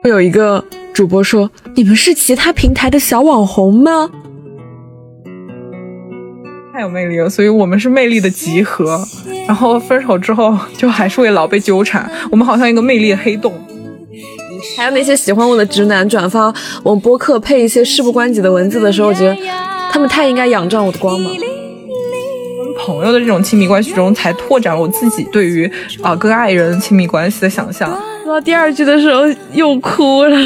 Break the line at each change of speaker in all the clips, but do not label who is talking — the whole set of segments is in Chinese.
有一个主播说，你们是其他平台的小网红吗？
太有魅力了，所以我们是魅力的集合，然后分手之后就还是会老被纠缠，我们好像一个魅力的黑洞。
还有那些喜欢我的直男转发我们播客配一些事不关己的文字的时候，我觉得他们太应该仰仗我的光芒。
朋友的这种亲密关系中，才拓展了我自己对于跟爱人亲密关系的想象。
说到第二句的时候又哭了。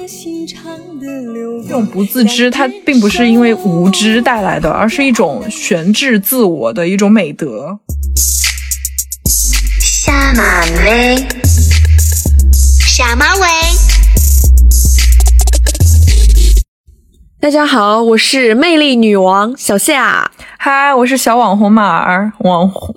这种不自知，它并不是因为无知带来的，而是一种悬置自我的一种美德。
下马威，下马威。
大家好，我是魅力女王小夏。
嗨，我是小网红马儿，网红。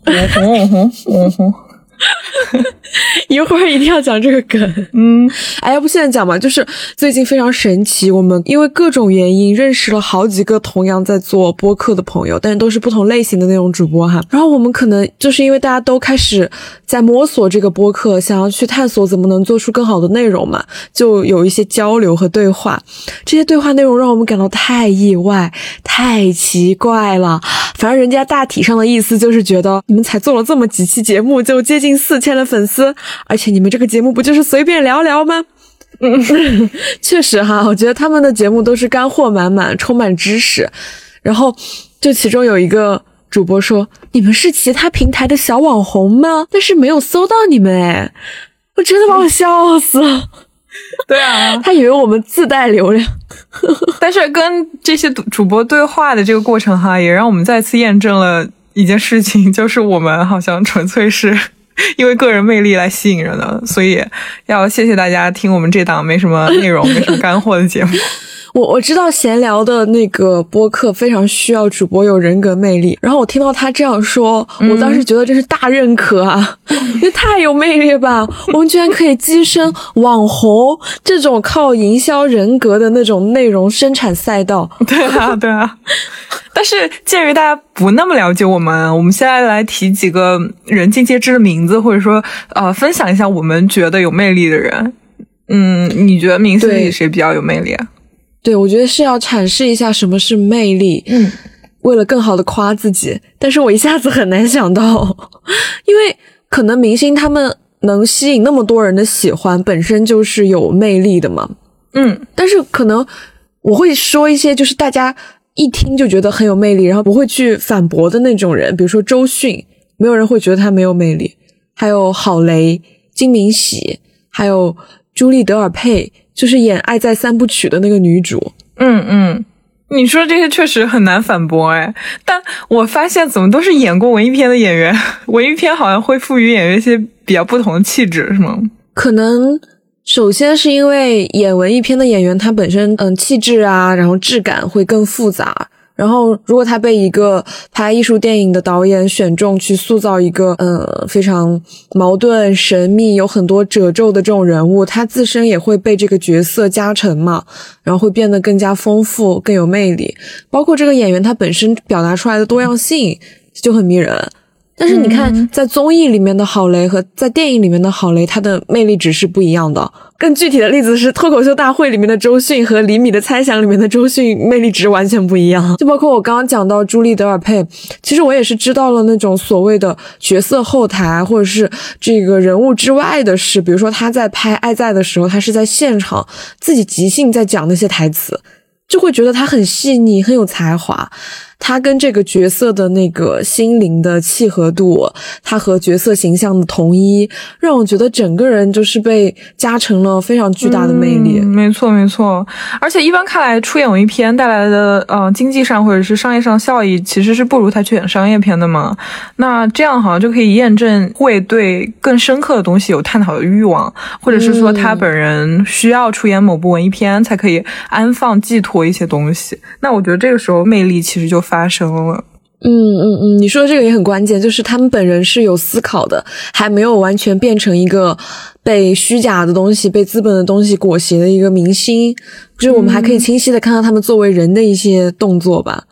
一会儿一定要讲这个梗。要不现在讲吧，就是最近非常神奇，我们因为各种原因认识了好几个同样在做播客的朋友，但是都是不同类型的那种主播哈。然后我们可能就是因为大家都开始在摸索这个播客，想要去探索怎么能做出更好的内容嘛，就有一些交流和对话。这些对话内容让我们感到太意外，太奇怪了。反正人家大体上的意思就是觉得你们才做了这么几期节目就接近4000的粉丝，而且你们这个节目不就是随便聊聊吗？确实哈，我觉得他们的节目都是干货满满，充满知识。然后就其中有一个主播说，你们是其他平台的小网红吗？但是没有搜到你们诶，我真的把我笑死了。
对啊，
他以为我们自带流量。
但是跟这些主播对话的这个过程哈，也让我们再次验证了一件事情，就是我们好像纯粹是因为个人魅力来吸引人的，所以要谢谢大家听我们这档没什么内容没什么干货的节目。
我知道闲聊的那个播客非常需要主播有人格魅力，然后我听到他这样说，我当时觉得真是大认可啊，因为太有魅力了吧，我们居然可以跻身网红这种靠营销人格的那种内容生产赛道。
对啊对啊。但是鉴于大家不那么了解我们现在来提几个人尽皆知的名字，或者说分享一下我们觉得有魅力的人。你觉得明星里谁比较有魅力啊？
对，我觉得是要阐释一下什么是魅力，为了更好的夸自己。但是我一下子很难想到，因为可能明星他们能吸引那么多人的喜欢，本身就是有魅力的嘛。但是可能我会说一些就是大家一听就觉得很有魅力，然后不会去反驳的那种人，比如说周迅，没有人会觉得他没有魅力。还有郝蕾、金敏喜，还有朱莉·德尔佩，就是演《爱在三部曲》的那个女主。
你说这些确实很难反驳诶，但我发现怎么都是演过文艺片的演员，文艺片好像会赋予演员一些比较不同的气质，是吗？
可能首先是因为演文艺片的演员他本身气质啊，然后质感会更复杂。然后如果他被一个拍艺术电影的导演选中去塑造一个非常矛盾神秘有很多褶皱的这种人物，他自身也会被这个角色加成嘛，然后会变得更加丰富更有魅力。包括这个演员他本身表达出来的多样性就很迷人。但是你看在综艺里面的郝蕾和在电影里面的郝蕾，她的魅力值是不一样的。更具体的例子是脱口秀大会里面的周迅和厘米的猜想里面的周迅，魅力值完全不一样。就包括我刚刚讲到朱莉·德尔佩，其实我也是知道了那种所谓的角色后台或者是这个人物之外的事，比如说他在拍《爱在》的时候，他是在现场自己即兴在讲那些台词，就会觉得他很细腻很有才华。他跟这个角色的那个心灵的契合度，他和角色形象的统一，让我觉得整个人就是被加成了非常巨大的魅力。
没错没错。而且一般看来出演文艺片带来的经济上或者是商业上效益其实是不如他去演商业片的嘛。那这样好像就可以验证会对更深刻的东西有探讨的欲望，或者是说他本人需要出演某部文艺片才可以安放寄托一些东西。那我觉得这个时候魅力其实就发生了。
你说的这个也很关键，就是他们本人是有思考的，还没有完全变成一个被虚假的东西被资本的东西裹挟的一个明星，就是我们还可以清晰的看到他们作为人的一些动作吧。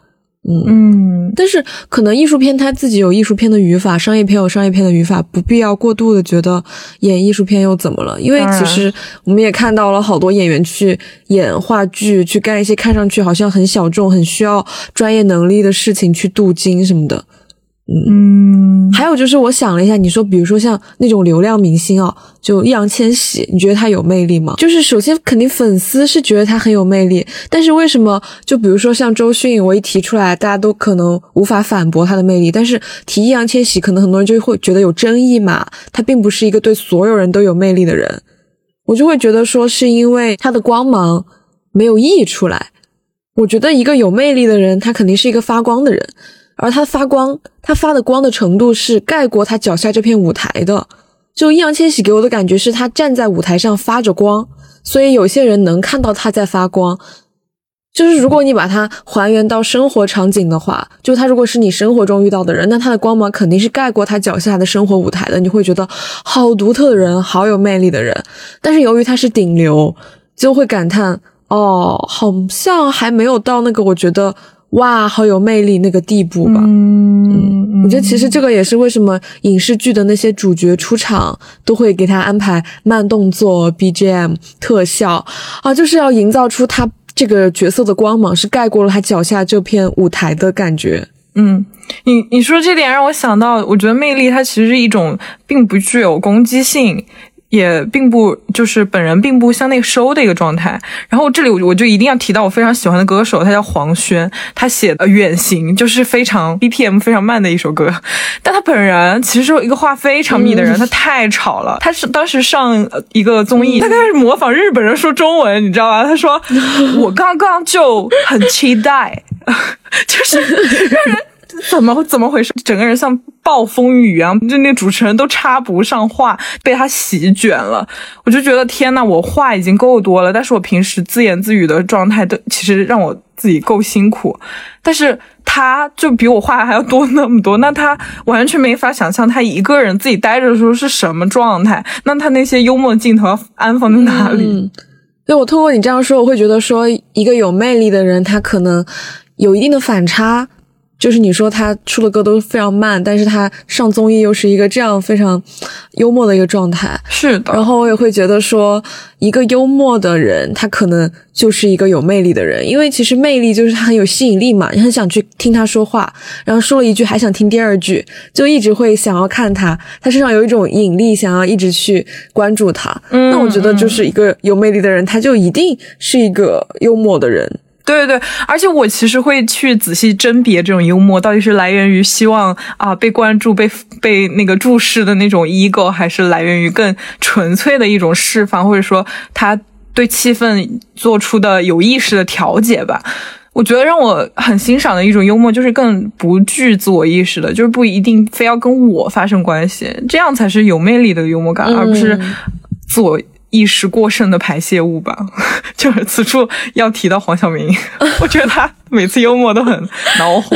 但是可能艺术片它自己有艺术片的语法，商业片有商业片的语法，不必要过度的觉得演艺术片又怎么了，因为其实我们也看到了好多演员去演话剧，去干一些看上去好像很小众很需要专业能力的事情，去镀金什么的。还有就是我想了一下，你说比如说像那种流量明星啊，就易烊千玺，你觉得他有魅力吗？就是首先肯定粉丝是觉得他很有魅力，但是为什么就比如说像周迅，我一提出来大家都可能无法反驳他的魅力，但是提易烊千玺可能很多人就会觉得有争议嘛，他并不是一个对所有人都有魅力的人，我就会觉得说是因为他的光芒没有溢出来。我觉得一个有魅力的人他肯定是一个发光的人，而他发光，他发的光的程度是盖过他脚下这片舞台的。就易烊千玺给我的感觉是他站在舞台上发着光，所以有些人能看到他在发光。就是如果你把它还原到生活场景的话，就他如果是你生活中遇到的人，那他的光芒肯定是盖过他脚下的生活舞台的，你会觉得好独特的人，好有魅力的人。但是由于他是顶流，就会感叹好像还没有到那个我觉得哇好有魅力那个地步吧。我觉得其实这个也是为什么影视剧的那些主角出场都会给他安排慢动作 BGM 特效啊，就是要营造出他这个角色的光芒是盖过了他脚下这片舞台的感觉。
你说这点让我想到，我觉得魅力它其实是一种并不具有攻击性，也并不就是本人并不向内收的一个状态。然后这里我就一定要提到我非常喜欢的歌手，他叫黄轩，他写的远行就是非常 BPM 非常慢的一首歌，但他本人其实是一个话非常密的人，他太吵了。他是当时上一个综艺，他开始模仿日本人说中文，你知道吧？他说我刚刚就很期待就是让人怎么回事，整个人像暴风雨一样，就那主持人都插不上话，被他席卷了。我就觉得天呐，我话已经够多了，但是我平时自言自语的状态都其实让我自己够辛苦，但是他就比我话还要多那么多，那他完全没法想象他一个人自己待着的时候是什么状态，那他那些幽默的镜头要安放在哪里？
所以我通过你这样说，我会觉得说一个有魅力的人他可能有一定的反差，就是你说他出的歌都非常慢，但是他上综艺又是一个这样非常幽默的一个状态。
是的。
然后我也会觉得说一个幽默的人他可能就是一个有魅力的人，因为其实魅力就是他很有吸引力嘛，你很想去听他说话，然后说了一句还想听第二句，就一直会想要看他身上有一种引力，想要一直去关注他。那我觉得就是一个有魅力的人他就一定是一个幽默的人。
对对，而且我其实会去仔细甄别这种幽默到底是来源于希望被关注被那个注视的那种 ego， 还是来源于更纯粹的一种释放，或者说他对气氛做出的有意识的调节吧。我觉得让我很欣赏的一种幽默就是更不具自我意识的，就是不一定非要跟我发生关系，这样才是有魅力的幽默感，而不是自我意识过剩的排泄物吧。就是此处要提到黄晓明，我觉得他每次幽默都很恼火。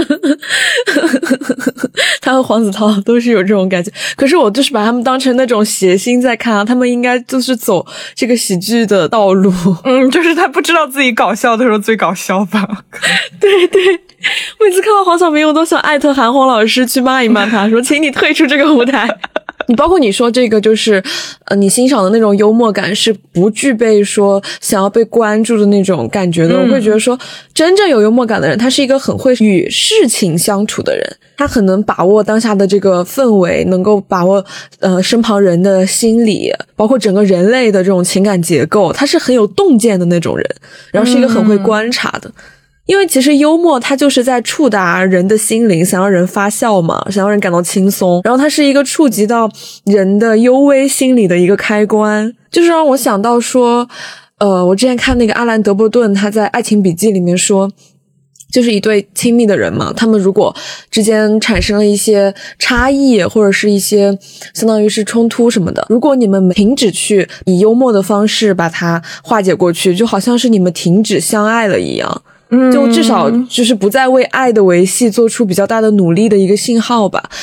他和黄子韬都是有这种感觉，可是我就是把他们当成那种谐星在看啊，他们应该就是走这个喜剧的道路。
就是他不知道自己搞笑的时候最搞笑吧。
对对，每次看到黄晓明我都想艾特韩红老师去骂一骂他，说请你退出这个舞台。你包括你说这个就是你欣赏的那种幽默感是不具备说想要被关注的那种感觉的。我会觉得说真正有幽默感的人他是一个很会与事情相处的人，他很能把握当下的这个氛围，能够把握身旁人的心理，包括整个人类的这种情感结构，他是很有洞见的那种人，然后是一个很会观察的。因为其实幽默它就是在触达人的心灵，想让人发笑嘛，想让人感到轻松，然后它是一个触及到人的幽微心理的一个开关。就是让我想到说我之前看那个阿兰德伯顿他在爱情笔记里面说，就是一对亲密的人嘛，他们如果之间产生了一些差异或者是一些相当于是冲突什么的，如果你们停止去以幽默的方式把它化解过去，就好像是你们停止相爱了一样，就至少就是不再为爱的维系做出比较大的努力的一个信号吧。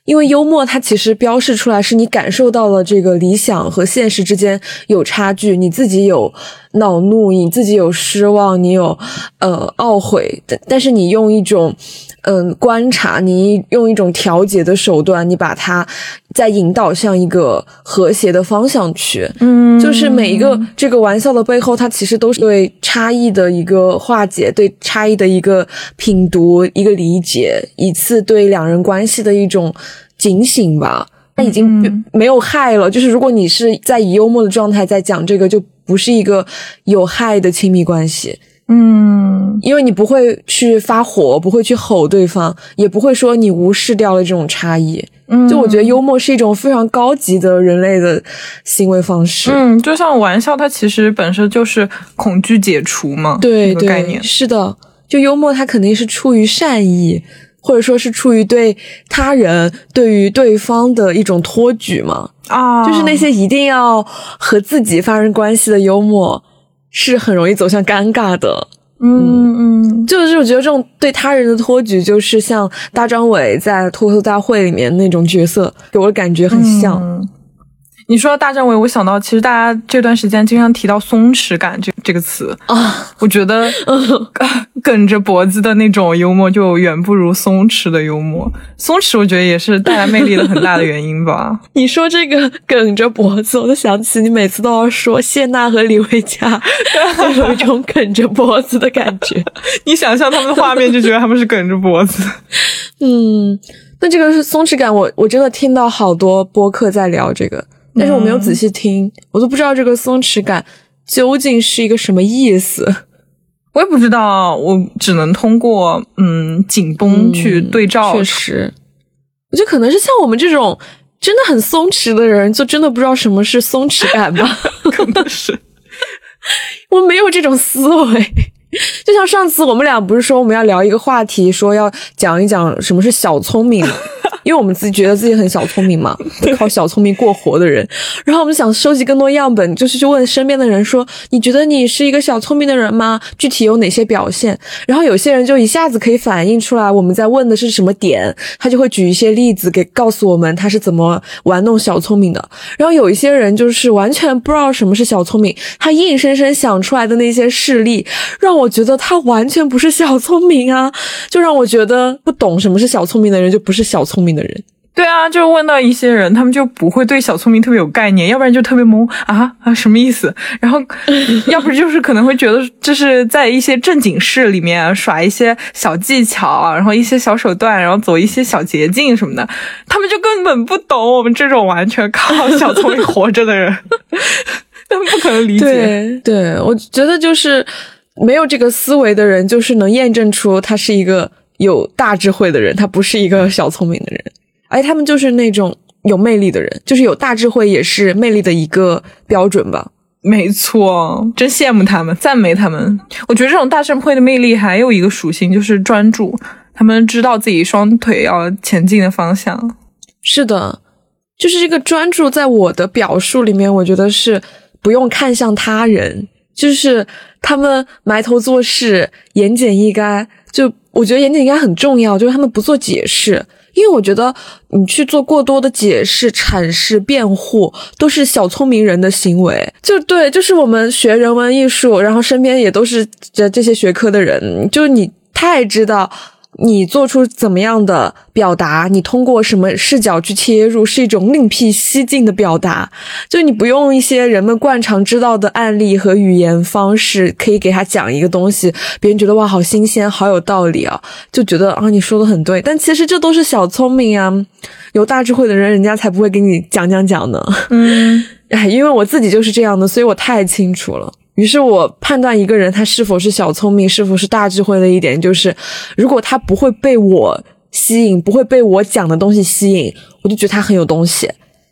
因为幽默它其实标示出来是你感受到了这个理想和现实之间有差距，你自己有恼怒，你自己有失望，你有懊悔，但是你用一种观察，你用一种调节的手段，你把它再引导向一个和谐的方向去。就是每一个这个玩笑的背后，它其实都是对差异的一个化解，对差异的一个品读，一个理解，一次对两人关系的一种警醒吧。它已经没有害了，就是如果你是在以幽默的状态在讲这个，就不是一个有害的亲密关系。因为你不会去发火，不会去吼对方，也不会说你无视掉了这种差异。就我觉得幽默是一种非常高级的人类的行为方式。
就像玩笑它其实本身就是恐惧解除嘛，
对
这个概念。
是的，就幽默它肯定是出于善意，或者说是出于对他人对于对方的一种托举嘛。就是那些一定要和自己发生关系的幽默是很容易走向尴尬的。就是我觉得这种对他人的托举，就是像大张伟在脱口秀大会里面那种角色，给我的感觉很像。
你说到大张伟，我想到其实大家这段时间经常提到松弛感这个词我觉得梗着脖子的那种幽默就远不如松弛的幽默。松弛我觉得也是带来魅力的很大的原因吧。
你说这个梗着脖子，我就想起你每次都要说谢娜和李维嘉就有一种梗着脖子的感觉。
你想象他们的画面就觉得他们是梗着脖子。
那这个是松弛感，我真的听到好多播客在聊这个，但是我没有仔细听，我都不知道这个松弛感究竟是一个什么意思。
我也不知道，我只能通过紧绷去对照。
确实，我觉得可能是像我们这种真的很松弛的人，就真的不知道什么是松弛感吧。
可能是
我没有这种思维。就像上次我们俩不是说我们要聊一个话题，说要讲一讲什么是小聪明嘛，因为我们自己觉得自己很小聪明嘛，靠小聪明过活的人。然后我们想收集更多样本，就是去问身边的人说，你觉得你是一个小聪明的人吗？具体有哪些表现？然后有些人就一下子可以反映出来我们在问的是什么点，他就会举一些例子给告诉我们他是怎么玩弄小聪明的。然后有一些人就是完全不知道什么是小聪明，他硬生生想出来的那些事例让我觉得他完全不是小聪明啊，就让我觉得不懂什么是小聪明的人就不是小聪明的人。
对啊，就问到一些人，他们就不会对小聪明特别有概念，要不然就特别懵什么意思？然后要不就是可能会觉得这是在一些正经事里面耍一些小技巧，然后一些小手段，然后走一些小捷径什么的，他们就根本不懂我们这种完全靠小聪明活着的人。他们不可能理解。
对，我觉得就是没有这个思维的人，就是能验证出他是一个有大智慧的人，他不是一个小聪明的人。而且他们就是那种有魅力的人，就是有大智慧也是魅力的一个标准吧。
没错，真羡慕他们，赞美他们。我觉得这种大智慧的魅力还有一个属性就是专注，他们知道自己双腿要前进的方向。
是的，就是这个专注在我的表述里面，我觉得是不用看向他人，就是他们埋头做事，言简意赅。就我觉得言简意赅很重要，就是他们不做解释。因为我觉得你去做过多的解释、阐释、辩护，都是小聪明人的行为。就对，就是我们学人文艺术，然后身边也都是这些学科的人，就是你太知道你做出怎么样的表达，你通过什么视角去切入，是一种另辟蹊径的表达。就你不用一些人们惯常知道的案例和语言方式，可以给他讲一个东西，别人觉得哇好新鲜，好有道理啊，就觉得你说的很对。但其实这都是小聪明啊，有大智慧的人，人家才不会给你讲呢。因为我自己就是这样的，所以我太清楚了。于是我判断一个人他是否是小聪明，是否是大智慧的一点就是，如果他不会被我吸引，不会被我讲的东西吸引，我就觉得他很有东西。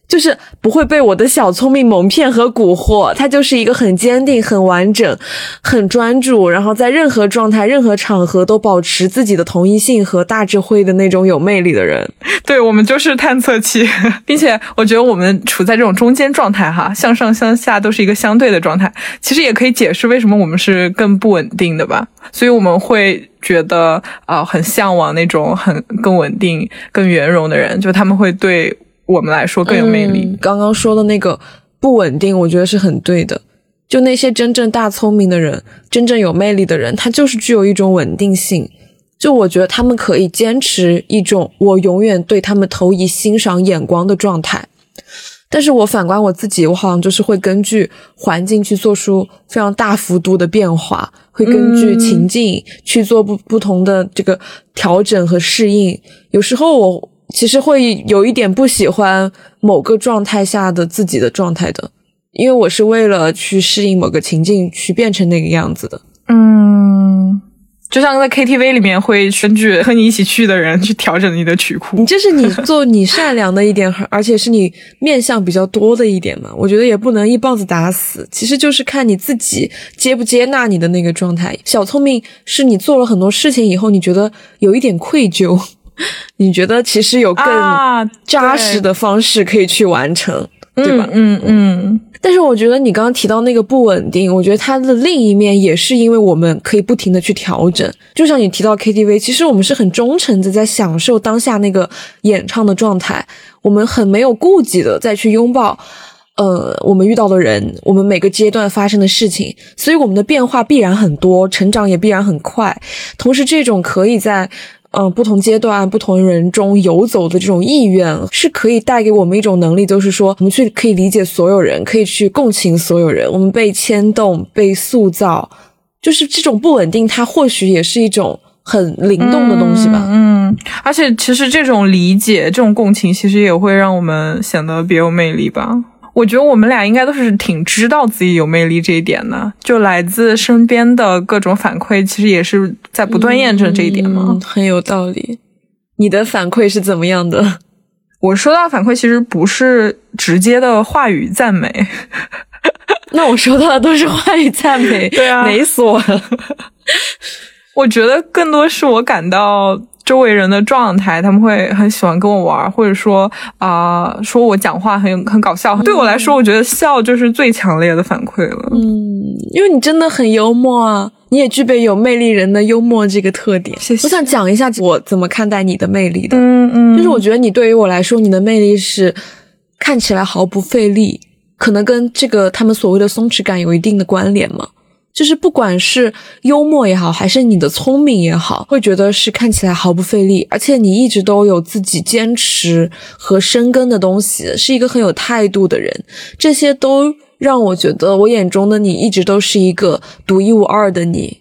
就是不会被我的小聪明蒙骗和蛊惑，他就是一个很坚定、很完整、很专注，然后在任何状态、任何场合都保持自己的同一性和大智慧的那种有魅力的人。
对，我们就是探测器，并且我觉得我们处在这种中间状态哈，向上向下都是一个相对的状态，其实也可以解释为什么我们是更不稳定的吧。所以我们会觉得很向往那种更稳定、更圆融的人，就他们会对我们来说更有魅力。
刚刚说的那个不稳定，我觉得是很对的。就那些真正大聪明的人，真正有魅力的人，他就是具有一种稳定性。就我觉得他们可以坚持一种我永远对他们投以欣赏眼光的状态。但是我反观我自己，我好像就是会根据环境去做出非常大幅度的变化，会根据情境去做不同的这个调整和适应。有时候我其实会有一点不喜欢某个状态下的自己的状态的，因为我是为了去适应某个情境去变成那个样子的。
就像在 KTV 里面会根据和你一起去的人去调整你的曲库。
这是你做你善良的一点，而且是你面向比较多的一点嘛。我觉得也不能一棒子打死，其实就是看你自己接不接纳你的那个状态。小聪明是你做了很多事情以后，你觉得有一点愧疚，你觉得其实有更扎实的方式可以去完成，对吧？但是我觉得你刚刚提到那个不稳定，我觉得它的另一面也是因为我们可以不停的去调整。就像你提到 KTV， 其实我们是很忠诚的在享受当下那个演唱的状态，我们很没有顾忌的再去拥抱我们遇到的人，我们每个阶段发生的事情，所以我们的变化必然很多，成长也必然很快。同时这种可以在不同阶段不同人中游走的这种意愿，是可以带给我们一种能力，就是说我们去可以理解所有人，可以去共情所有人，我们被牵动被塑造，就是这种不稳定它或许也是一种很灵动的东西吧。
而且其实这种理解这种共情其实也会让我们显得别有魅力吧。我觉得我们俩应该都是挺知道自己有魅力这一点的，就来自身边的各种反馈其实也是在不断验证这一点嘛。
很有道理。你的反馈是怎么样的？
我收到反馈其实不是直接的话语赞美
那我收到的都是话语赞美。
对啊，
没锁了
我觉得更多是我感到周围人的状态，他们会很喜欢跟我玩，或者说说我讲话很搞笑。对我来说，我觉得笑就是最强烈的反馈了。
因为你真的很幽默啊，你也具备有魅力人的幽默这个特点。
谢谢。
我想讲一下我怎么看待你的魅力的。就是我觉得你对于我来说，你的魅力是看起来毫不费力，可能跟这个他们所谓的松弛感有一定的关联嘛。就是不管是幽默也好，还是你的聪明也好，会觉得是看起来毫不费力，而且你一直都有自己坚持和深耕的东西，是一个很有态度的人，这些都让我觉得我眼中的你一直都是一个独一无二的你。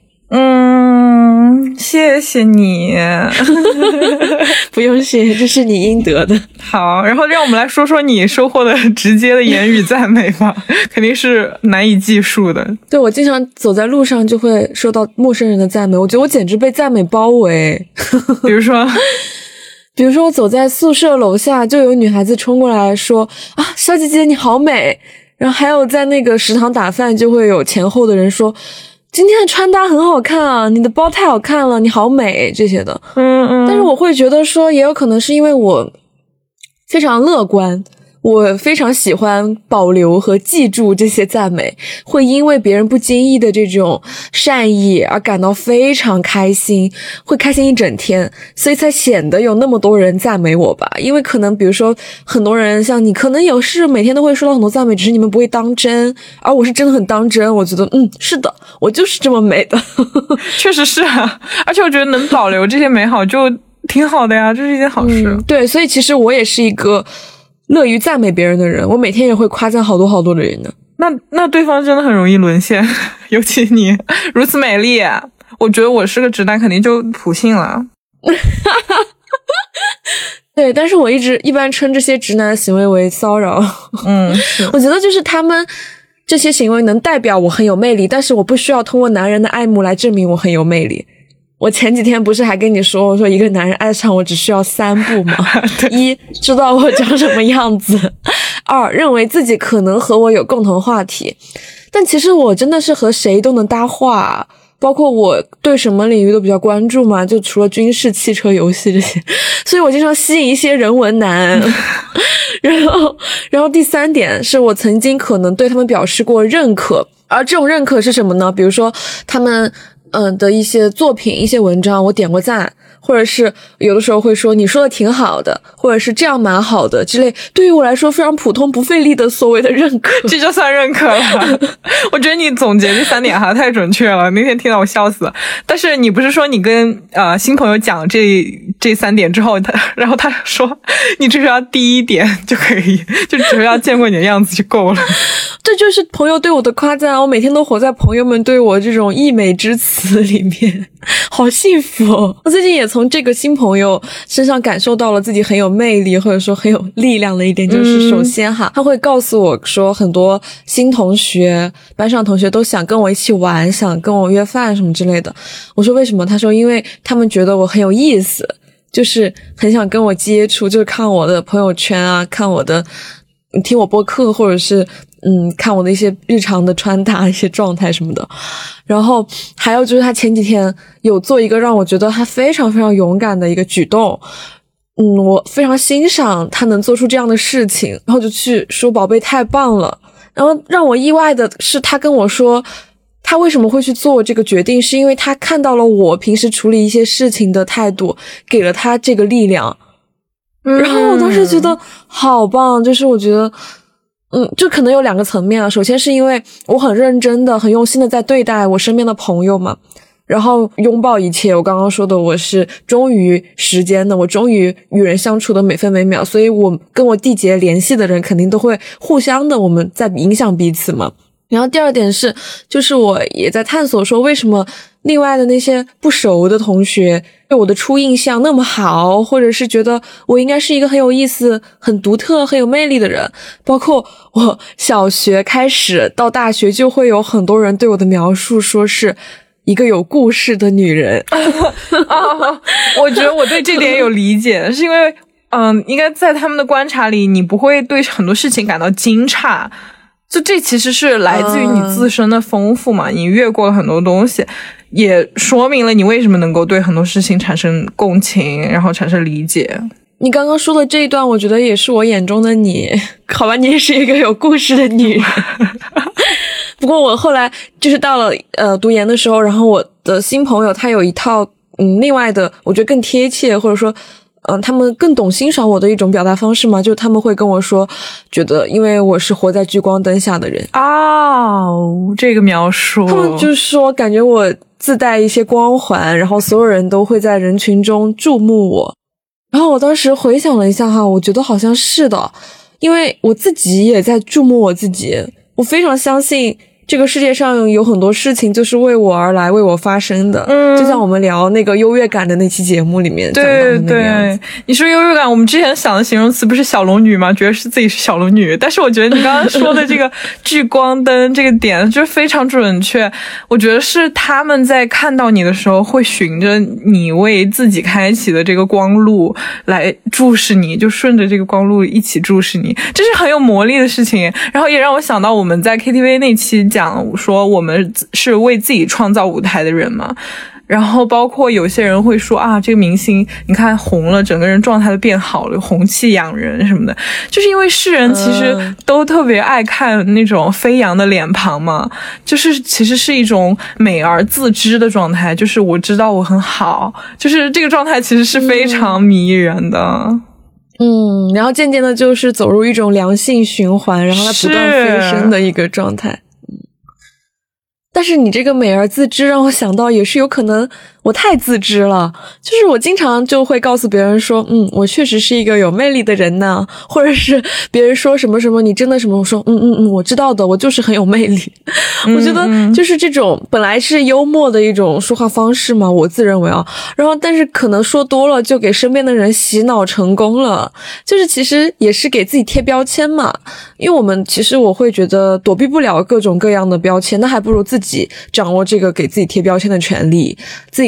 谢谢你
不用谢，这是你应得的。
好，然后让我们来说说你收获的直接的言语赞美吧肯定是难以计数的。
对，我经常走在路上就会收到陌生人的赞美，我觉得我简直被赞美包围
比如说
我走在宿舍楼下，就有女孩子冲过来说啊，小姐姐你好美。然后还有在那个食堂打饭，就会有前后的人说今天的穿搭很好看啊，你的包太好看了，你好美，这些的。但是我会觉得说，也有可能是因为我非常乐观，我非常喜欢保留和记住这些赞美，会因为别人不经意的这种善意而感到非常开心，会开心一整天，所以才显得有那么多人赞美我吧。因为可能比如说很多人像你，可能有是每天都会收到很多赞美，只是你们不会当真，而我是真的很当真。我觉得是的，我就是这么美的
确实是啊，而且我觉得能保留这些美好就挺好的呀，这是一件好事。
对，所以其实我也是一个乐于赞美别人的人，我每天也会夸赞好多好多的人呢。
那对方真的很容易沦陷，尤其你如此美丽，我觉得我是个直男肯定就普信了
对，但是我一般称这些直男的行为为骚扰。
是
我觉得就是他们这些行为能代表我很有魅力，但是我不需要通过男人的爱慕来证明我很有魅力。 我前几天不是还跟你说，我说一个男人爱上我只需要3步吗？一，知道我长什么样子；二，认为自己可能和我有共同话题。但其实我真的是和谁都能搭话，包括我对什么领域都比较关注嘛，就除了军事、汽车、游戏这些，所以我经常吸引一些人文男。然后第3点是我曾经可能对他们表示过认可，而这种认可是什么呢？比如说他们的一些作品、一些文章，我点过赞，或者是有的时候会说你说的挺好的，或者是这样蛮好的之类，对于我来说非常普通不费力的所谓的认可，
这就算认可了。我觉得你总结这3点还太准确了，那天听到我笑死了。但是你不是说你跟新朋友讲这3点之后，然后他说你只需要第1点就可以，就只要见过你的样子就够了。
这就是朋友对我的夸赞，我每天都活在朋友们对我这种溢美之词里面，好幸福哦。我最近也从这个新朋友身上感受到了自己很有魅力或者说很有力量的一点，就是首先他会告诉我说很多新同学、班上同学都想跟我一起玩，想跟我约饭什么之类的。我说为什么？他说因为他们觉得我很有意思，就是很想跟我接触，就是看我的朋友圈啊，看我的听我播客，或者是看我的一些日常的穿搭、一些状态什么的。然后还有就是他前几天有做一个让我觉得他非常非常勇敢的一个举动，我非常欣赏他能做出这样的事情，然后就去说宝贝太棒了。然后让我意外的是他跟我说他为什么会去做这个决定，是因为他看到了我平时处理一些事情的态度，给了他这个力量。然后我当时觉得好棒，就是我觉得就可能有2个层面啊。首先是因为我很认真的、很用心的在对待我身边的朋友嘛，然后拥抱一切。我刚刚说的，我是忠于时间的，我忠于与人相处的每分每秒，所以我跟我缔结联系的人肯定都会互相的，我们在影响彼此嘛。然后第2点是，就是我也在探索说为什么另外的那些不熟的同学对我的初印象那么好，或者是觉得我应该是一个很有意思、很独特、很有魅力的人。包括我小学开始到大学就会有很多人对我的描述说是一个有故事的女人。
我觉得我对这点有理解，是因为应该在他们的观察里，你不会对很多事情感到惊诧，就这其实是来自于你自身的丰富嘛，你越过了很多东西，也说明了你为什么能够对很多事情产生共情，然后产生理解。
你刚刚说的这一段，我觉得也是我眼中的你。好吧，你也是一个有故事的女人。不过我后来就是到了读研的时候，然后我的新朋友他有一套另外的，我觉得更贴切，或者说他们更懂欣赏我的一种表达方式嘛，就他们会跟我说，觉得因为我是活在聚光灯下的人。
这个描述，
他们就是说感觉我自带一些光环，然后所有人都会在人群中注目我。然后我当时回想了一下我觉得好像是的，因为我自己也在注目我自己。我非常相信这个世界上有很多事情就是为我而来，为我发生的。就像我们聊那个优越感的那期节目里面讲到的那个样子。
对，你说优越感，我们之前想的形容词不是小龙女吗？觉得是自己是小龙女，但是我觉得你刚刚说的这个聚光灯这个点就是非常准确。我觉得是他们在看到你的时候会循着你为自己开启的这个光路来注视你，就顺着这个光路一起注视你，这是很有魔力的事情。然后也让我想到我们在 KTV 那期讲说我们是为自己创造舞台的人嘛，然后包括有些人会说这个明星你看红了，整个人状态都变好了，红气养人什么的，就是因为世人其实都特别爱看那种飞扬的脸庞嘛，就是其实是一种美而自知的状态，就是我知道我很好，就是这个状态其实是非常迷人的。
然后渐渐的就是走入一种良性循环，然后它不断飞升的一个状态。但是你这个美而自知让我想到也是有可能我太自知了，就是我经常就会告诉别人说我确实是一个有魅力的人呢，或者是别人说什么什么你真的什么，我说我知道的，我就是很有魅力。我觉得就是这种本来是幽默的一种说话方式嘛，我自认为然后但是可能说多了就给身边的人洗脑成功了，就是其实也是给自己贴标签嘛。因为我们其实我会觉得躲避不了各种各样的标签，那还不如自己掌握这个给自己贴标签的权利，自己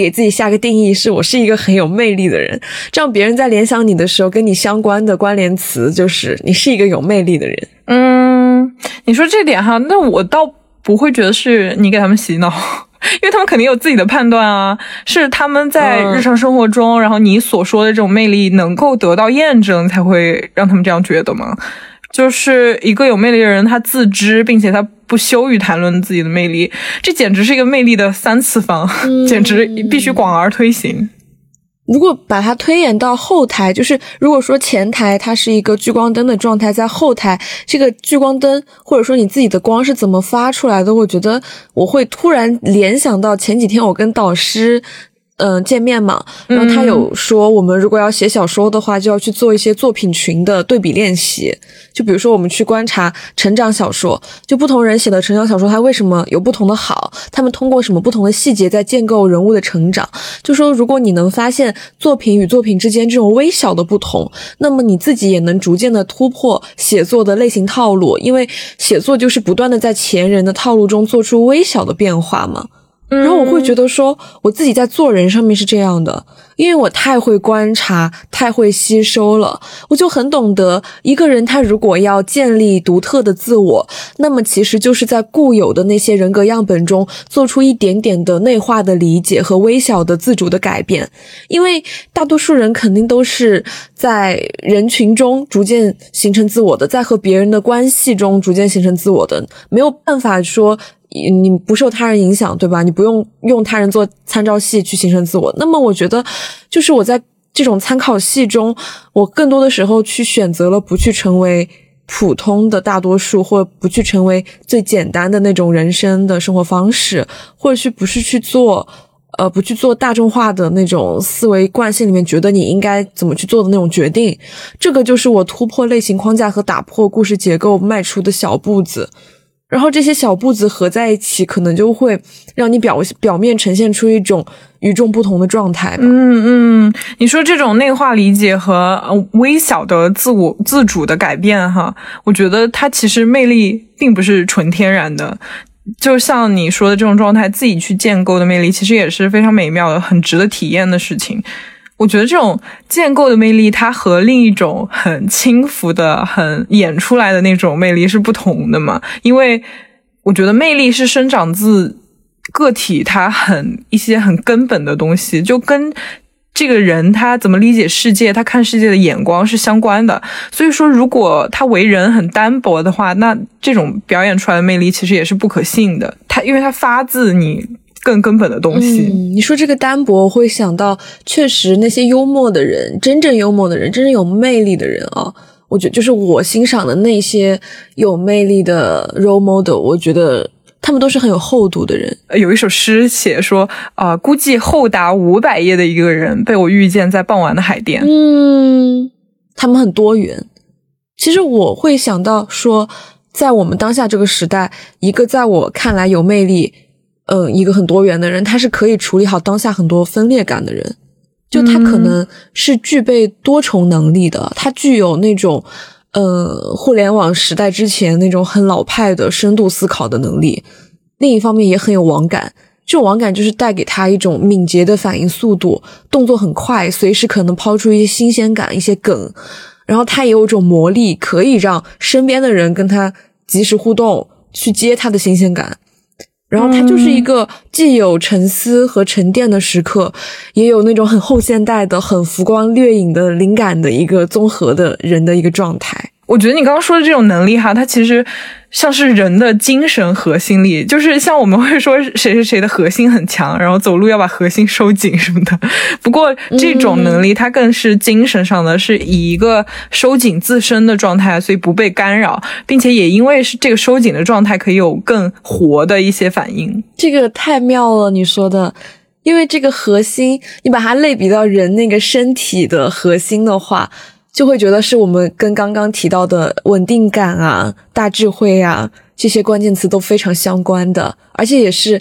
给自己下个定义，是我是一个很有魅力的人，这样别人在联想你的时候，跟你相关的关联词就是你是一个有魅力的人。
你说这点哈，那我倒不会觉得是你给他们洗脑，因为他们肯定有自己的判断啊，是他们在日常生活中，然后你所说的这种魅力能够得到验证，才会让他们这样觉得吗？就是一个有魅力的人，他自知，并且他不羞于谈论自己的魅力，这简直是一个魅力的3次方，简直必须广而推行。
如果把它推演到后台，就是如果说前台它是一个聚光灯的状态，在后台这个聚光灯或者说你自己的光是怎么发出来的，我觉得我会突然联想到前几天我跟导师见面嘛，然后他有说我们如果要写小说的话，就要去做一些作品群的对比练习。就比如说我们去观察成长小说，就不同人写的成长小说它为什么有不同的好，他们通过什么不同的细节在建构人物的成长。就说如果你能发现作品与作品之间这种微小的不同，那么你自己也能逐渐的突破写作的类型套路，因为写作就是不断的在前人的套路中做出微小的变化嘛。然后我会觉得说我自己在做人上面是这样的，因为我太会观察，太会吸收了，我就很懂得一个人他如果要建立独特的自我，那么其实就是在固有的那些人格样本中做出一点点的内化的理解和微小的自主的改变。因为大多数人肯定都是在人群中逐渐形成自我的，在和别人的关系中逐渐形成自我的，没有办法说你不受他人影响，对吧？你不用他人做参照系去形成自我。那么我觉得就是我在这种参考系中，我更多的时候去选择了不去成为普通的大多数，或不去成为最简单的那种人生的生活方式，或者是不去做大众化的那种思维惯性里面觉得你应该怎么去做的那种决定。这个就是我突破类型框架和打破故事结构迈出的小步子。然后这些小步子合在一起，可能就会让你表面呈现出一种与众不同的状态吧。
你说这种内化理解和微小的自主的改变哈，我觉得它其实魅力并不是纯天然的。就像你说的这种状态，自己去建构的魅力其实也是非常美妙的，很值得体验的事情。我觉得这种建构的魅力，它和另一种很轻浮的、很演出来的那种魅力是不同的嘛。因为我觉得魅力是生长自个体它一些很根本的东西，就跟这个人他怎么理解世界，他看世界的眼光是相关的。所以说如果他为人很单薄的话，那这种表演出来的魅力其实也是不可信的。因为它发自你更根本的东西。
你说这个单薄，我会想到确实那些幽默的人，真正幽默的人，真正有魅力的人啊，我觉得就是我欣赏的那些有魅力的 role model， 我觉得他们都是很有厚度的人。
有一首诗写说估计厚达500页的一个人被我遇见在傍晚的海淀。
他们很多元。其实我会想到说，在我们当下这个时代，一个在我看来有魅力一个很多元的人，他是可以处理好当下很多分裂感的人。就他可能是具备多重能力的，他具有那种互联网时代之前那种很老派的深度思考的能力，另一方面也很有网感。这种网感就是带给他一种敏捷的反应速度，动作很快，随时可能抛出一些新鲜感，一些梗。然后他也有一种魔力，可以让身边的人跟他及时互动，去接他的新鲜感。然后他就是一个既有沉思和沉淀的时刻，也有那种很后现代的很浮光掠影的灵感的一个综合的人的一个状态。
我觉得你刚刚说的这种能力哈，它其实像是人的精神核心力，就是像我们会说谁的核心很强，然后走路要把核心收紧什么的。不过这种能力它更是精神上的，是以一个收紧自身的状态，所以不被干扰，并且也因为是这个收紧的状态可以有更活的一些反应。
这个太妙了，你说的。因为这个核心，你把它类比到人那个身体的核心的话，就会觉得是我们跟刚刚提到的稳定感啊、大智慧啊这些关键词都非常相关的，而且也是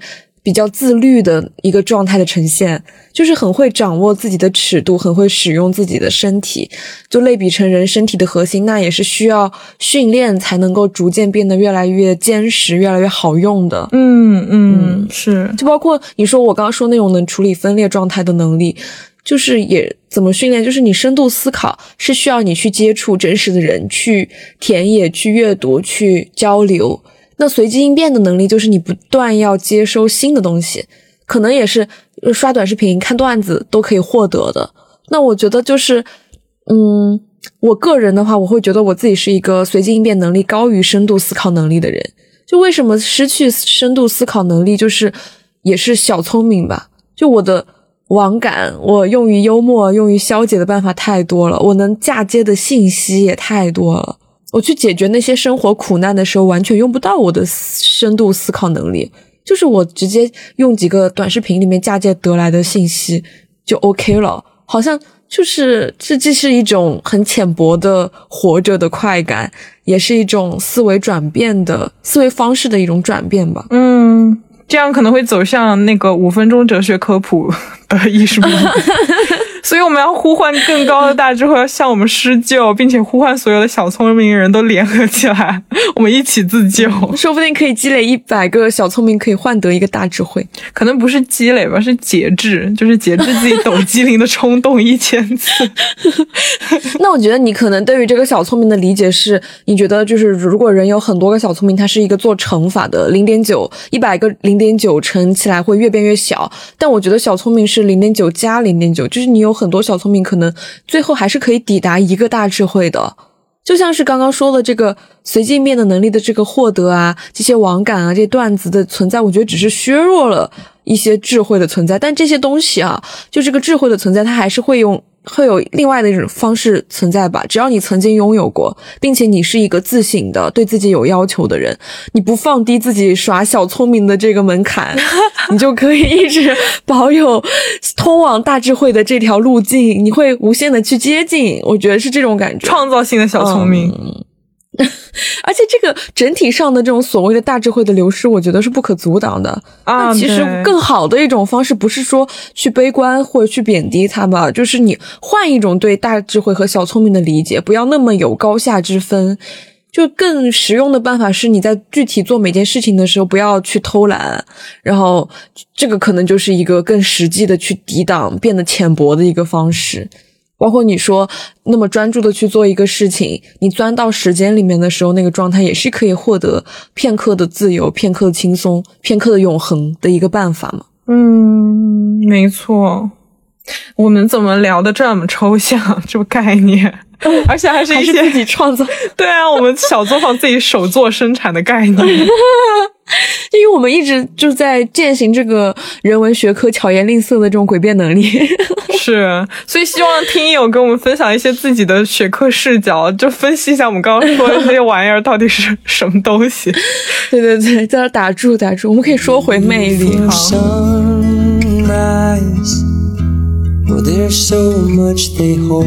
比较自律的一个状态的呈现，就是很会掌握自己的尺度，很会使用自己的身体，就类比成人身体的核心，那也是需要训练才能够逐渐变得越来越坚实，越来越好用的。
是，
就包括你说我刚刚说那种能处理分裂状态的能力，就是也怎么训练，就是你深度思考是需要你去接触真实的人，去田野，去阅读，去交流。那随机应变的能力就是你不断要接收新的东西，可能也是刷短视频看段子都可以获得的。那我觉得就是我个人的话，我会觉得我自己是一个随机应变能力高于深度思考能力的人。就为什么失去深度思考能力，就是也是小聪明吧。就我的网感，我用于幽默用于消解的办法太多了，我能嫁接的信息也太多了，我去解决那些生活苦难的时候完全用不到我的深度思考能力，就是我直接用几个短视频里面嫁接得来的信息就 OK 了，好像就是这是一种很浅薄的活着的快感，也是一种思维转变的思维方式的一种转变吧。
这样可能会走向那个5分钟哲学科普的艺术所以我们要呼唤更高的大智慧，要向我们施救，并且呼唤所有的小聪明人都联合起来，我们一起自救。
说不定可以积累100个小聪明，可以换得一个大智慧。
可能不是积累吧，是节制，就是节制自己抖机灵的冲动1000次。
那我觉得你可能对于这个小聪明的理解是，你觉得就是如果人有很多个小聪明，它是一个做乘法的 0.9，100个 0.9 乘起来会越变越小。但我觉得小聪明是 0.9 加 0.9， 就是你有很多小聪明，可能最后还是可以抵达一个大智慧的。就像是刚刚说的这个随机应变的能力的这个获得啊，这些网感啊，这些段子的存在，我觉得只是削弱了一些智慧的存在。但这些东西啊，就这个智慧的存在，它还是会有另外的一种方式存在吧。只要你曾经拥有过，并且你是一个自省的对自己有要求的人，你不放低自己耍小聪明的这个门槛，你就可以一直保有通往大智慧的这条路径，你会无限的去接近。我觉得是这种感觉，
创造性的小聪明。
而且这个整体上的这种所谓的大智慧的流失，我觉得是不可阻挡的啊。其实更好的一种方式不是说去悲观或者去贬低它吧，就是你换一种对大智慧和小聪明的理解，不要那么有高下之分。就更实用的办法是你在具体做每件事情的时候不要去偷懒，然后这个可能就是一个更实际的去抵挡变得浅薄的一个方式。包括你说那么专注的去做一个事情，你钻到时间里面的时候，那个状态也是可以获得片刻的自由，片刻的轻松，片刻的永恒的一个办法嘛。
没错。我们怎么聊的这么抽象这个概念，而且还是一些
自己创造。
对啊，我们小作坊自己手做生产的概念。
因为我们一直就在践行这个人文学科巧言令色的这种诡辩能力。
是，所以希望听友跟我们分享一些自己的学科视角，就分析一下我们刚刚说的这些玩意儿到底是什么东西。
对对对，在这打住，我们可以说回魅力。好。
Oh, there's so much they hold,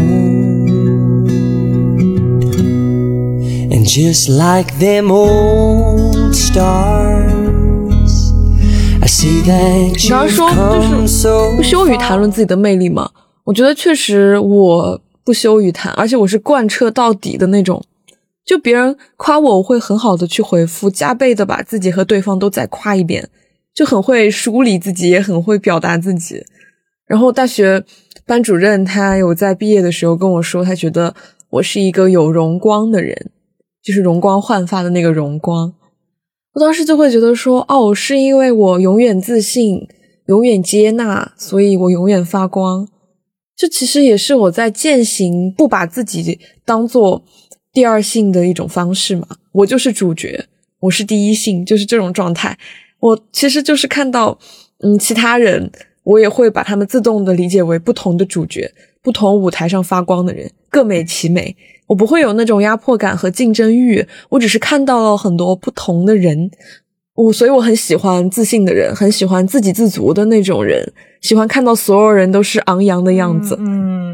and just like them old stars, I see that you
刚刚说就是不羞于谈论自己的魅力嘛，我觉得确实我不羞于谈，而且我是贯彻到底的那种。就别人夸我，我会很好的去回复，加倍的把自己和对方都再夸一遍，就很会梳理自己，也很会表达自己。然后大学班主任他有在毕业的时候跟我说，他觉得我是一个有容光的人，就是容光焕发的那个容光。我当时就会觉得说，哦，是因为我永远自信，永远接纳，所以我永远发光。这其实也是我在践行不把自己当做第二性的一种方式嘛。我就是主角，我是第一性，就是这种状态。我其实就是看到其他人，我也会把他们自动的理解为不同的主角，不同舞台上发光的人，各美其美。我不会有那种压迫感和竞争欲，我只是看到了很多不同的人，所以我很喜欢自信的人，很喜欢自给自足的那种人，喜欢看到所有人都是昂扬的样子。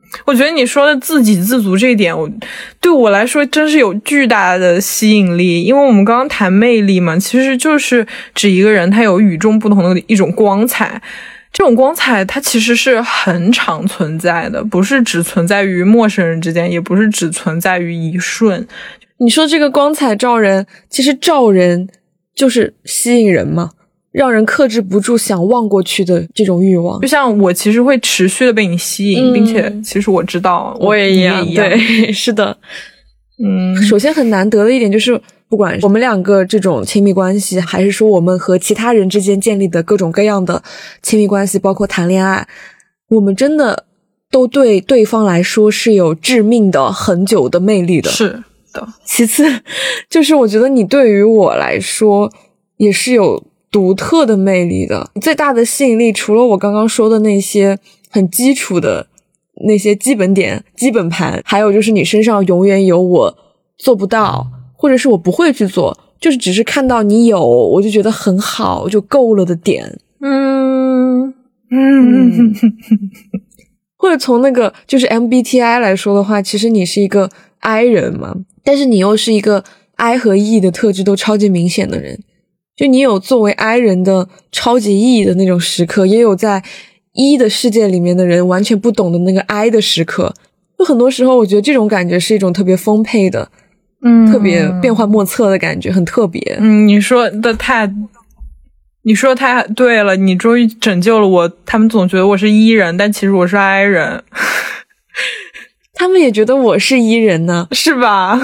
我觉得你说的自给自足这一点，对我来说真是有巨大的吸引力。因为我们刚刚谈魅力嘛，其实就是指一个人他有与众不同的一种光彩。这种光彩它其实是很常存在的，不是只存在于陌生人之间，也不是只存在于一瞬。
你说这个光彩照人，其实照人就是吸引人嘛，让人克制不住想望过去的这种欲望。
就像我其实会持续的被你吸引，并且其实我知道
我也一样，对，是的。首先很难得的一点就是，不管我们两个这种亲密关系，还是说我们和其他人之间建立的各种各样的亲密关系，包括谈恋爱，我们真的都对对方来说是有致命的恒久的魅力的。
是的。
其次就是我觉得你对于我来说也是有独特的魅力的。最大的吸引力除了我刚刚说的那些很基础的那些基本点基本盘，还有就是你身上永远有我做不到或者是我不会去做，就是只是看到你有我就觉得很好就够了的点。或者从那个就是 MBTI 来说的话，其实你是一个 I 人嘛，但是你又是一个 I 和 E 的特质都超级明显的人。就你有作为 I 人的超级 E 的那种时刻，也有在 E 的世界里面的人完全不懂的那个 I 的时刻。就很多时候我觉得这种感觉是一种特别丰沛的特别变幻莫测的感觉，很特别。
你说的太对了，你终于拯救了我。他们总觉得我是 E 人，但其实我是 I 人。
他们也觉得我是 E 人呢，
是吧？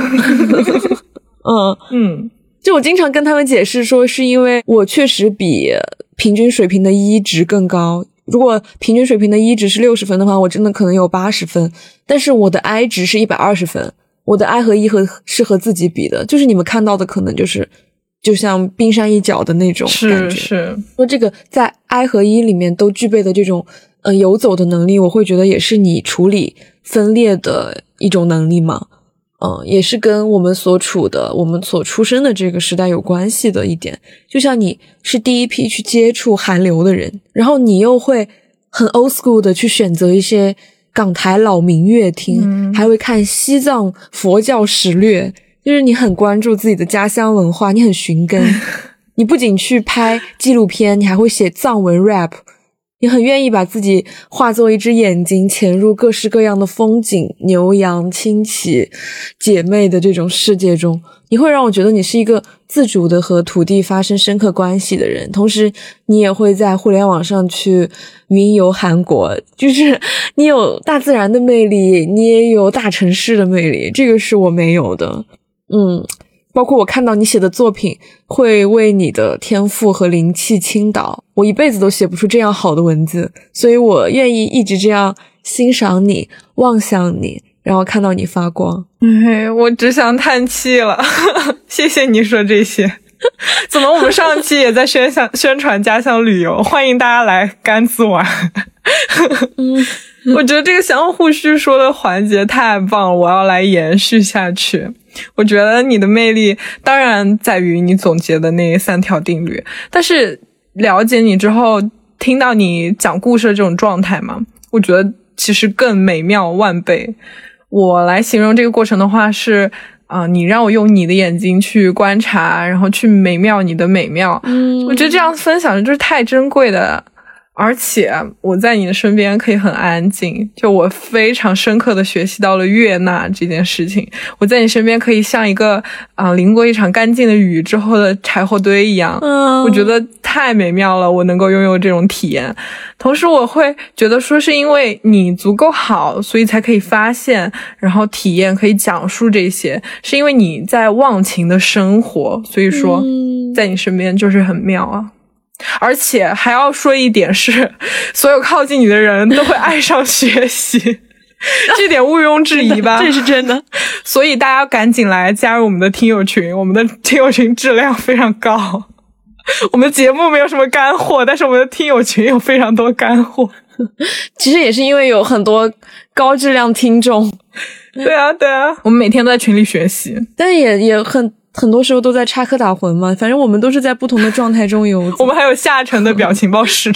就我经常跟他们解释说，是因为我确实比平均水平的 E 值更高。如果平均水平的 E 值是60分的话，我真的可能有80分，但是我的 I 值是120分。我的 I 和 E 是和自己比的，就是你们看到的可能就像冰山一角的那种感觉。
是
说这个在 I 和 E 里面都具备的这种游走的能力，我会觉得也是你处理分裂的一种能力嘛。也是跟我们所出生的这个时代有关系的一点。就像你是第一批去接触韩流的人，然后你又会很 old school 的去选择一些港台老民乐听，还会看西藏佛教史略，就是你很关注自己的家乡文化，你很寻根。你不仅去拍纪录片，你还会写藏文 rap， 你很愿意把自己化作一只眼睛，潜入各式各样的风景、牛羊、亲戚、姐妹的这种世界中。你会让我觉得你是一个自主的和土地发生深刻关系的人，同时你也会在互联网上去云游韩国，就是你有大自然的魅力，你也有大城市的魅力，这个是我没有的。包括我看到你写的作品会为你的天赋和灵气倾倒，我一辈子都写不出这样好的文字，所以我愿意一直这样欣赏你，望向你，然后看到你发光。
我只想叹气了。谢谢你说这些。怎么我们上期也在宣传家乡旅游，欢迎大家来甘孜玩。我觉得这个相互叙说的环节太棒了，我要来延续下去。我觉得你的魅力当然在于你总结的那3条定律，但是了解你之后，听到你讲故事的这种状态嘛，我觉得其实更美妙万倍。我来形容这个过程的话是你让我用你的眼睛去观察，然后去美妙你的美妙。我觉得这样分享就是太珍贵的，而且我在你的身边可以很安静，就我非常深刻的学习到了悦纳这件事情。我在你身边可以像一个淋过一场干净的雨之后的柴火堆一样，我觉得太美妙了，我能够拥有这种体验。同时我会觉得说是因为你足够好，所以才可以发现，然后体验，可以讲述这些，是因为你在忘情的生活，所以说在你身边就是很妙啊。而且还要说一点是，所有靠近你的人都会爱上学习。这点毋庸置疑吧？
这是真的。
所以大家赶紧来加入我们的听友群，我们的听友群质量非常高。我们节目没有什么干货，但是我们的听友群有非常多干货。
其实也是因为有很多高质量听众。
对啊，我们每天都在群里学习，
但也很多时候都在插科打诨嘛，反正我们都是在不同的状态中游走。
我们还有下沉的表情包市场。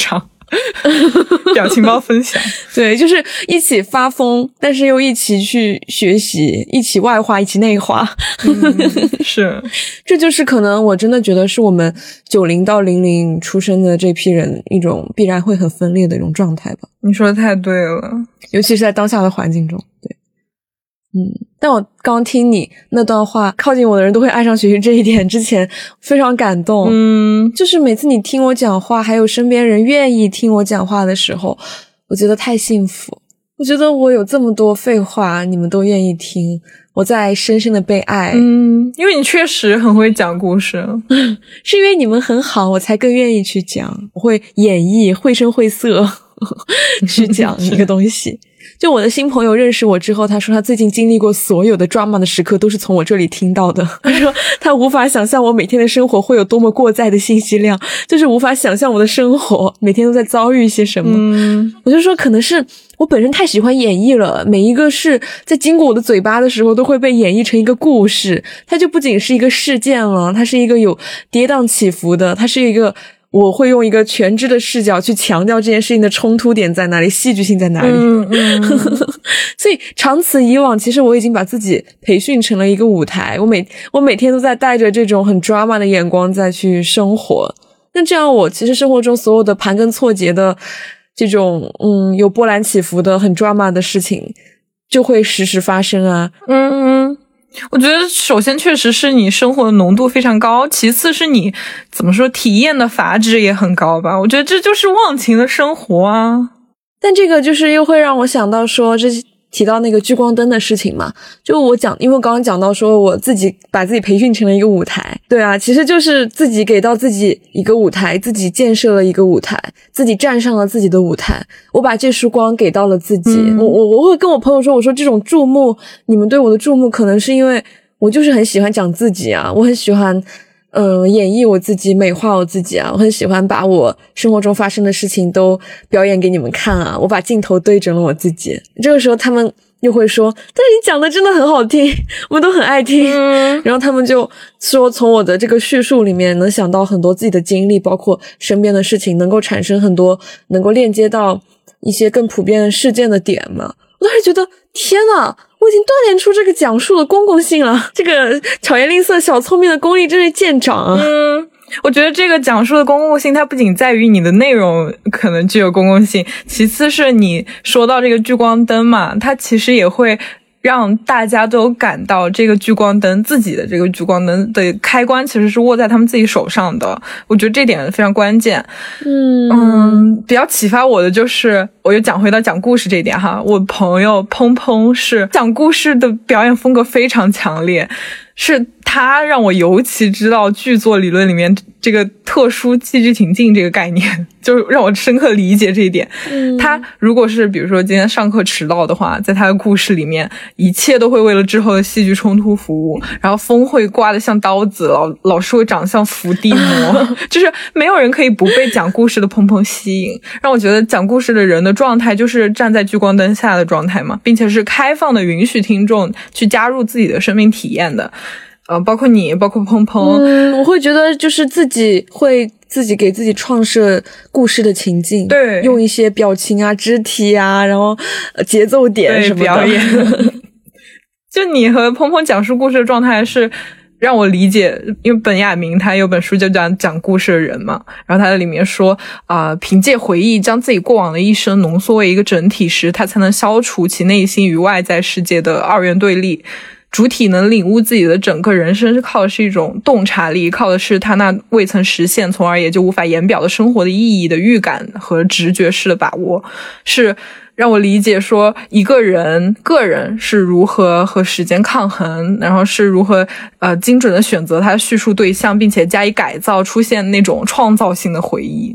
表情包分享。
对，就是一起发疯，但是又一起去学习，一起外化，一起内化。
是，
这就是可能我真的觉得是我们90到00出生的这批人一种必然会很分裂的一种状态吧。
你说的太对了，
尤其是在当下的环境中。对，但我刚听你那段话，靠近我的人都会爱上学习这一点之前非常感动。就是每次你听我讲话，还有身边人愿意听我讲话的时候，我觉得太幸福。我觉得我有这么多废话你们都愿意听，我在深深的被爱。
因为你确实很会讲故事。
是因为你们很好我才更愿意去讲，我会演绎绘声绘色去讲一个东西。就我的新朋友认识我之后，他说他最近经历过所有的 drama 的时刻都是从我这里听到的。他说他无法想象我每天的生活会有多么过载的信息量，就是无法想象我的生活每天都在遭遇一些什么。我就说可能是我本身太喜欢演绎了，每一个事在经过我的嘴巴的时候都会被演绎成一个故事，它就不仅是一个事件了，它是一个有跌宕起伏的，它是一个我会用一个全知的视角去强调这件事情的冲突点在哪里，戏剧性在哪里。所以长此以往，其实我已经把自己培训成了一个舞台，我每天都在带着这种很 drama 的眼光再去生活。那这样我其实生活中所有的盘根错节的这种有波澜起伏的很 drama 的事情就会时时发生啊。
我觉得首先确实是你生活的浓度非常高，其次是你怎么说体验的阀值也很高吧。我觉得这就是忘情的生活啊。
但这个就是又会让我想到说，这提到那个聚光灯的事情嘛，就因为我刚刚讲到说我自己把自己培训成了一个舞台。对啊，其实就是自己给到自己一个舞台，自己建设了一个舞台，自己站上了自己的舞台，我把这束光给到了自己。我会跟我朋友说，我说这种注目，你们对我的注目可能是因为我就是很喜欢讲自己啊，我很喜欢演绎我自己，美化我自己啊，我很喜欢把我生活中发生的事情都表演给你们看啊，我把镜头对准了我自己。这个时候他们又会说，但是你讲的真的很好听，我们都很爱听。然后他们就说从我的这个叙述里面能想到很多自己的经历，包括身边的事情，能够产生很多能够链接到一些更普遍事件的点嘛。我当时觉得天哪，我已经锻炼出这个讲述的公共性了，这个巧言令色小聪明的功力真是见长啊。
我觉得这个讲述的公共性它不仅在于你的内容可能具有公共性，其次是你说到这个聚光灯嘛，它其实也会让大家都感到这个聚光灯，自己的这个聚光灯的开关其实是握在他们自己手上的。我觉得这点非常关键。比较启发我的就是，我又讲回到讲故事这一点哈，我朋友砰砰是讲故事的表演风格非常强烈，是他让我尤其知道剧作理论里面这个特殊戏剧情境这个概念，就让我深刻理解这一点。他如果是比如说今天上课迟到的话，在他的故事里面一切都会为了之后的戏剧冲突服务，然后风会刮得像刀子，老师会长像伏地魔就是没有人可以不被讲故事的砰砰吸引，让我觉得讲故事的人的状态就是站在聚光灯下的状态嘛，并且是开放的允许听众去加入自己的生命体验的。包括你，包括砰砰。
我会觉得就是自己给自己创设故事的情境，
对，
用一些表情啊、肢体啊，然后节奏点什么的
表演。就你和砰砰讲述故事的状态是让我理解，因为本雅明他有本书就讲故事的人嘛，然后他在里面说凭借回忆将自己过往的一生浓缩为一个整体时，他才能消除其内心与外在世界的二元对立。主体能领悟自己的整个人生，是靠的是一种洞察力，靠的是他那未曾实现从而也就无法言表的生活的意义的预感和直觉式的把握，是让我理解说一个人是如何和时间抗衡，然后是如何精准的选择他的叙述对象，并且加以改造，出现那种创造性的回忆。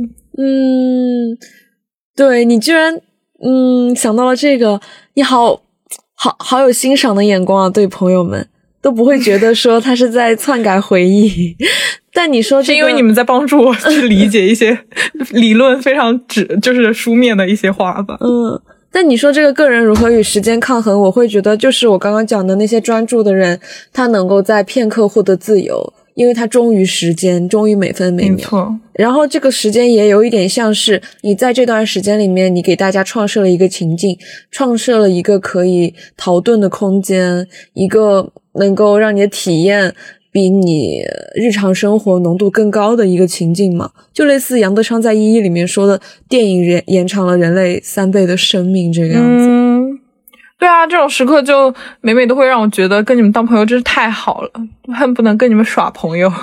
对，你居然想到了这个，你好有欣赏的眼光啊，对朋友们都不会觉得说他是在篡改回忆但你说这个
是因为你们在帮助我去理解一些理论非常就是书面的一些话吧。
但你说这个个人如何与时间抗衡，我会觉得就是我刚刚讲的那些专注的人，他能够在片刻获得自由， 因为它忠于时间，忠于每分每秒。
没错。
然后这个时间也有一点像是你在这段时间里面，你给大家创设了一个情境，创设了一个可以逃遁的空间，一个能够让你的体验比你日常生活浓度更高的一个情境嘛，就类似杨德昌在《一》里面说的，电影延长了人类3倍的生命这个样子。
对啊，这种时刻就每每都会让我觉得跟你们当朋友真是太好了，恨不能跟你们耍朋友。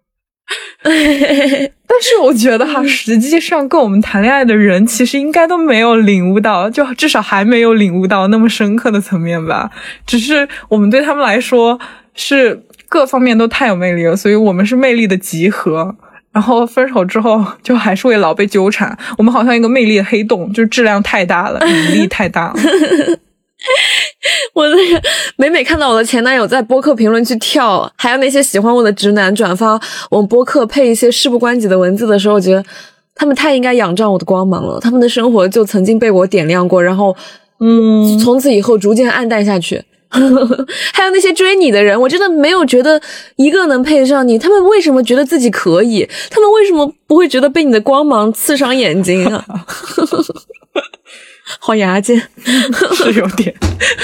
但是我觉得实际上跟我们谈恋爱的人其实应该都没有领悟到，就至少还没有领悟到那么深刻的层面吧，只是我们对他们来说是各方面都太有魅力了，所以我们是魅力的集合，然后分手之后就还是会老被纠缠，我们好像一个魅力的黑洞，就是质量太大了，引力太大了。
我那个每每看到我的前男友在播客评论区跳，还有那些喜欢我的直男转发我们播客配一些事不关己的文字的时候，我觉得他们太应该仰仗我的光芒了，他们的生活就曾经被我点亮过，然后从此以后逐渐暗淡下去。还有那些追你的人，我真的没有觉得一个能配上你，他们为什么觉得自己可以？他们为什么不会觉得被你的光芒刺伤眼睛啊？好牙尖。
是有点。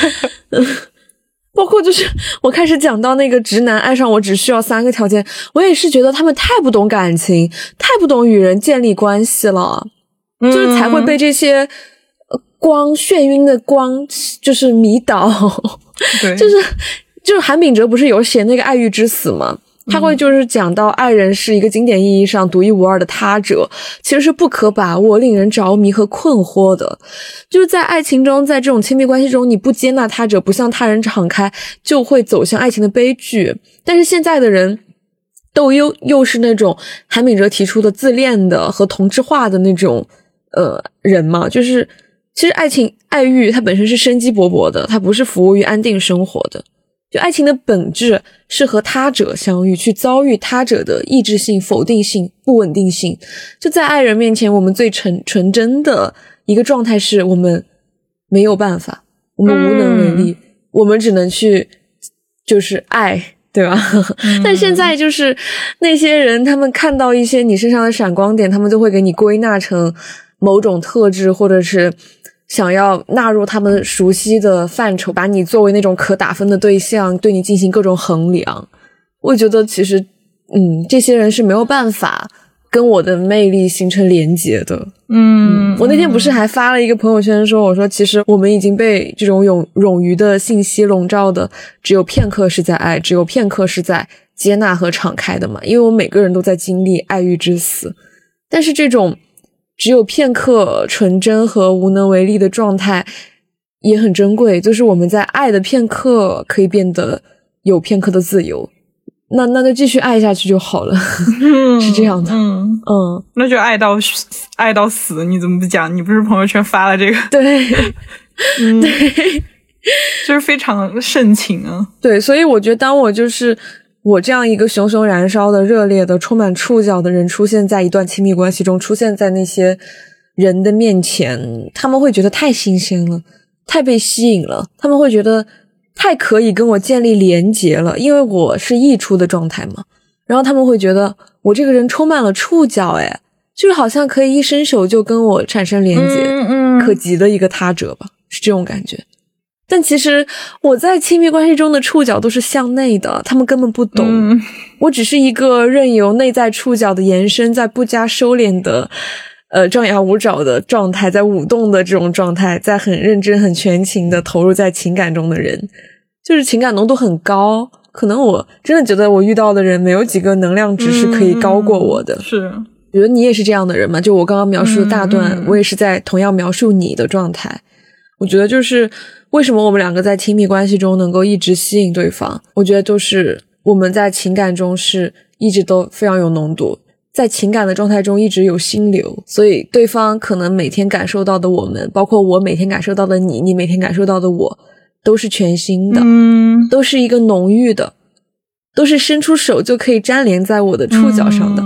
包括就是我开始讲到那个直男爱上我只需要3个条件，我也是觉得他们太不懂感情，太不懂与人建立关系了，就是才会被这些光眩晕的光就是迷倒。
对，
就是韩炳哲不是有写那个《爱欲之死》吗？他会就是讲到爱人是一个经典意义上独一无二的他者，其实是不可把握、令人着迷和困惑的。就是在爱情中，在这种亲密关系中，你不接纳他者，不向他人敞开，就会走向爱情的悲剧。但是现在的人都又是那种韩炳哲提出的自恋的和同质化的那种人嘛，就是其实爱欲它本身是生机勃勃的，它不是服务于安定生活的。就爱情的本质是和他者相遇，去遭遇他者的意志性、否定性、不稳定性。就在爱人面前，我们最纯真的一个状态是我们没有办法，我们无能为力，我们只能去就是爱，对吧？但现在就是那些人，他们看到一些你身上的闪光点，他们就会给你归纳成某种特质，或者是想要纳入他们熟悉的范畴，把你作为那种可打分的对象，对你进行各种衡量。我觉得其实这些人是没有办法跟我的魅力形成连结的。我那天不是还发了一个朋友圈说，我说其实我们已经被这种冗余的信息笼罩的，只有片刻是在爱，只有片刻是在接纳和敞开的嘛，因为我们每个人都在经历爱欲之死。但是这种只有片刻纯真和无能为力的状态也很珍贵，就是我们在爱的片刻可以变得有片刻的自由，那就继续爱下去就好了。是这样的。
那就爱到死。你怎么不讲？你不是朋友圈发了这个？
对。
对，就是非常盛情啊。
对，所以我觉得当我这样一个熊熊燃烧的、热烈的、充满触角的人出现在一段亲密关系中，出现在那些人的面前，他们会觉得太新鲜了，太被吸引了，他们会觉得太可以跟我建立连结了，因为我是溢出的状态嘛。然后他们会觉得我这个人充满了触角，就是好像可以一伸手就跟我产生连结，可及的一个他者吧，是这种感觉。但其实我在亲密关系中的触角都是向内的，他们根本不懂。我只是一个任由内在触角的延伸，在不加收敛的张牙舞爪的状态，在舞动的这种状态，在很认真很全情的投入在情感中的人，就是情感浓度很高。可能我真的觉得我遇到的人没有几个能量值是可以高过我的。
是，
觉得你也是这样的人嘛？就我刚刚描述的大段，我也是在同样描述你的状态。我觉得就是为什么我们两个在亲密关系中能够一直吸引对方，我觉得就是我们在情感中是一直都非常有浓度，在情感的状态中一直有心流，所以对方可能每天感受到的我们，包括我每天感受到的你每天感受到的我，都是全新的，都是一个浓郁的，都是伸出手就可以粘连在我的触角上的。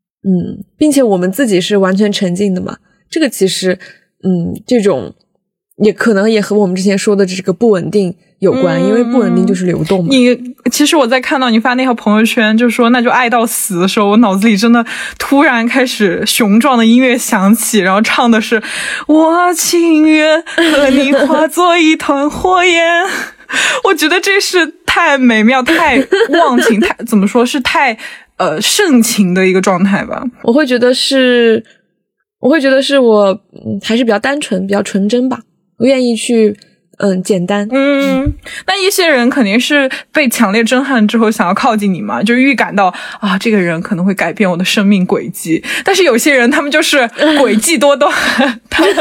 并且我们自己是完全沉浸的嘛，这个其实这种也可能也和我们之前说的这个不稳定有关，因为不稳定就是流动嘛。
其实我在看到你发那条朋友圈就说那就爱到死的时候，我脑子里真的突然开始雄壮的音乐响起，然后唱的是我情愿和你化作一团火焰我觉得这是太美妙太忘情太怎么说是太盛情的一个状态吧。
我会觉得是我还是比较单纯比较纯真吧，我愿意去简单。
那一些人肯定是被强烈震撼之后想要靠近你嘛，就预感到啊这个人可能会改变我的生命轨迹，但是有些人他们就是诡计多端他们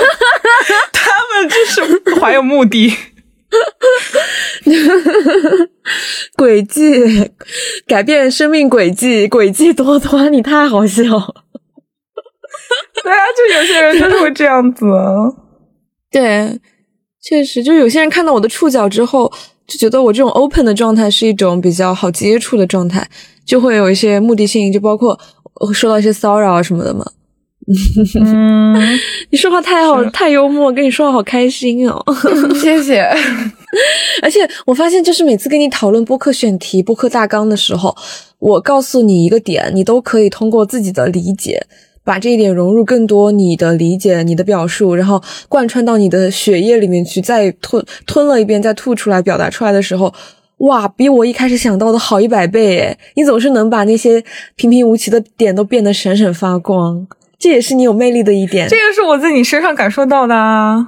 就是怀有目的
轨迹改变生命轨迹，诡计多端，你太好笑了
对啊，就有些人就是会这样子
对，确实，就有些人看到我的触角之后，就觉得我这种 open 的状态是一种比较好接触的状态，就会有一些目的性，就包括受到一些骚扰啊什么的嘛。你说话太好，太幽默，跟你说话好开心哦。
谢谢。
而且我发现，就是每次跟你讨论播客选题、播客大纲的时候，我告诉你一个点，你都可以通过自己的理解把这一点融入更多你的理解你的表述，然后贯穿到你的血液里面去，再吞了一遍再吐出来表达出来的时候，哇，比我一开始想到的好100倍诶，你总是能把那些平平无奇的点都变得闪闪发光，这也是你有魅力的一点。
这个是我在你身上感受到的啊。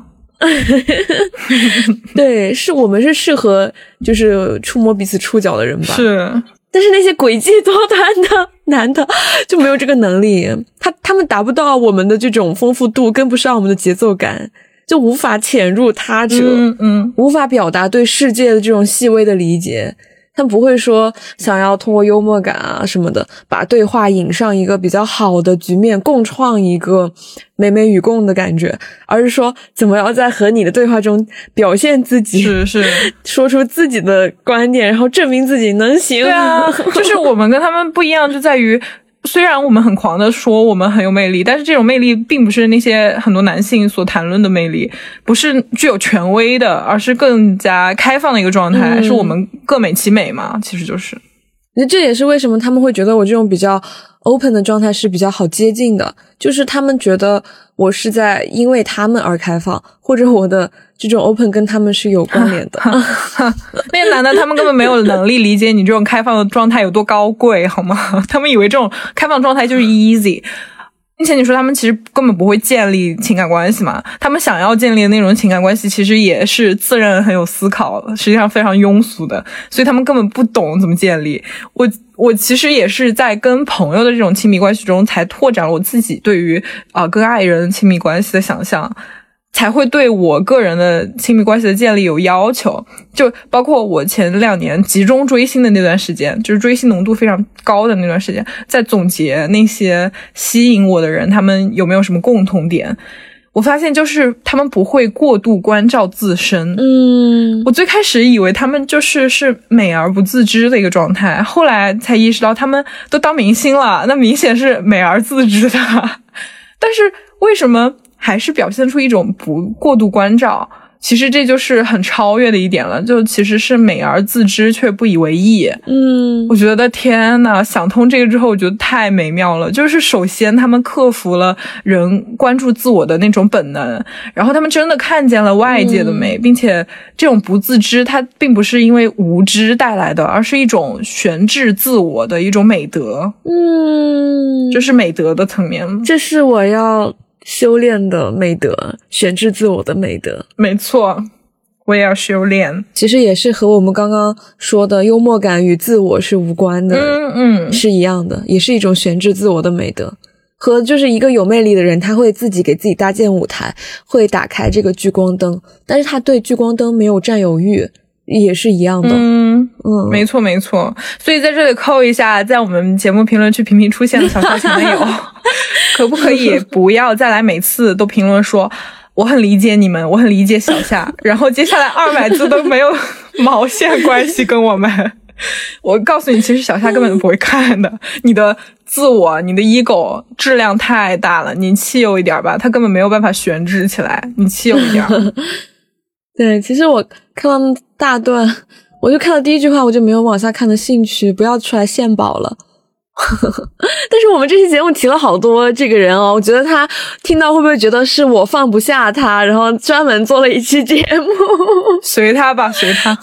对，是我们是适合就是触摸彼此触角的人吧。
是，
但是那些诡计多端的男的就没有这个能力，他们达不到我们的这种丰富度，跟不上我们的节奏感，就无法潜入他者，无法表达对世界的这种细微的理解。他们不会说想要通过幽默感啊什么的把对话引上一个比较好的局面，共创一个美美与共的感觉，而是说怎么要在和你的对话中表现自己，
是
说出自己的观点，然后证明自己能行。
对啊，就是我们跟他们不一样就在于虽然我们很狂的说我们很有魅力，但是这种魅力并不是那些很多男性所谈论的魅力，不是具有权威的，而是更加开放的一个状态，是我们各美其美嘛，其实就是
这也是为什么他们会觉得我这种比较 open 的状态是比较好接近的，就是他们觉得我是在因为他们而开放，或者我的这种 open 跟他们是有关联的。
那些男的他们根本没有能力理解你这种开放的状态有多高贵好吗？他们以为这种开放状态就是 easy，并且你说他们其实根本不会建立情感关系嘛，他们想要建立的那种情感关系其实也是自认很有思考，实际上非常庸俗的，所以他们根本不懂怎么建立。我其实也是在跟朋友的这种亲密关系中才拓展了我自己对于跟爱人亲密关系的想象，才会对我个人的亲密关系的建立有要求。就包括我前2年集中追星的那段时间，就是追星浓度非常高的那段时间，在总结那些吸引我的人他们有没有什么共同点，我发现就是他们不会过度关照自身。我最开始以为他们是美而不自知的一个状态，后来才意识到他们都当明星了，那明显是美而自知的。但是为什么还是表现出一种不过度关照，其实这就是很超越的一点了，就其实是美而自知却不以为意。我觉得天哪，想通这个之后我觉得太美妙了，就是首先他们克服了人关注自我的那种本能，然后他们真的看见了外界的美，并且这种不自知它并不是因为无知带来的，而是一种悬置自我的一种美德。这是美德的层面，
这是我要修炼的美德，悬置自我的美德。
没错，我也要修炼。
其实也是和我们刚刚说的幽默感与自我是无关的，是一样的，也是一种悬置自我的美德。和就是一个有魅力的人，他会自己给自己搭建舞台，会打开这个聚光灯，但是他对聚光灯没有占有欲，也是一样的。
没错没错。所以在这里扣一下在我们节目评论区频频出现的小夏前男友可不可以不要再来每次都评论说我很理解你们，我很理解小夏，然后接下来200字都没有毛线关系跟我们。我告诉你，其实小夏根本不会看的，你的自我你的 ego 质量太大了，你气有一点吧，他根本没有办法悬置起来，你气有一点
对，其实我看到大段，我就看到第一句话，我就没有往下看的兴趣，不要出来献宝了。但是我们这期节目提了好多这个人哦，我觉得他听到会不会觉得是我放不下他，然后专门做了一期节目？
随他吧，随他。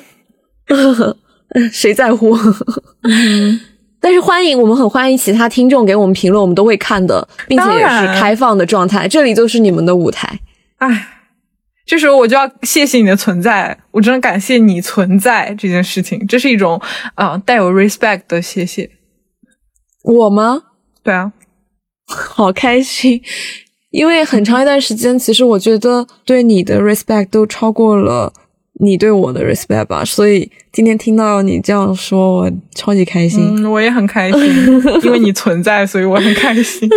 谁在乎？但是我们很欢迎其他听众给我们评论，我们都会看的，并且也是开放的状态，这里就是你们的舞台。
哎，这时候我就要谢谢你的存在，我真的感谢你存在这件事情，这是一种带有 respect 的谢谢。
我吗？
对啊，
好开心，因为很长一段时间，其实我觉得对你的 respect 都超过了你对我的 respect 吧，所以今天听到你这样说，我超级开心。
我也很开心，因为你存在，所以我很开心。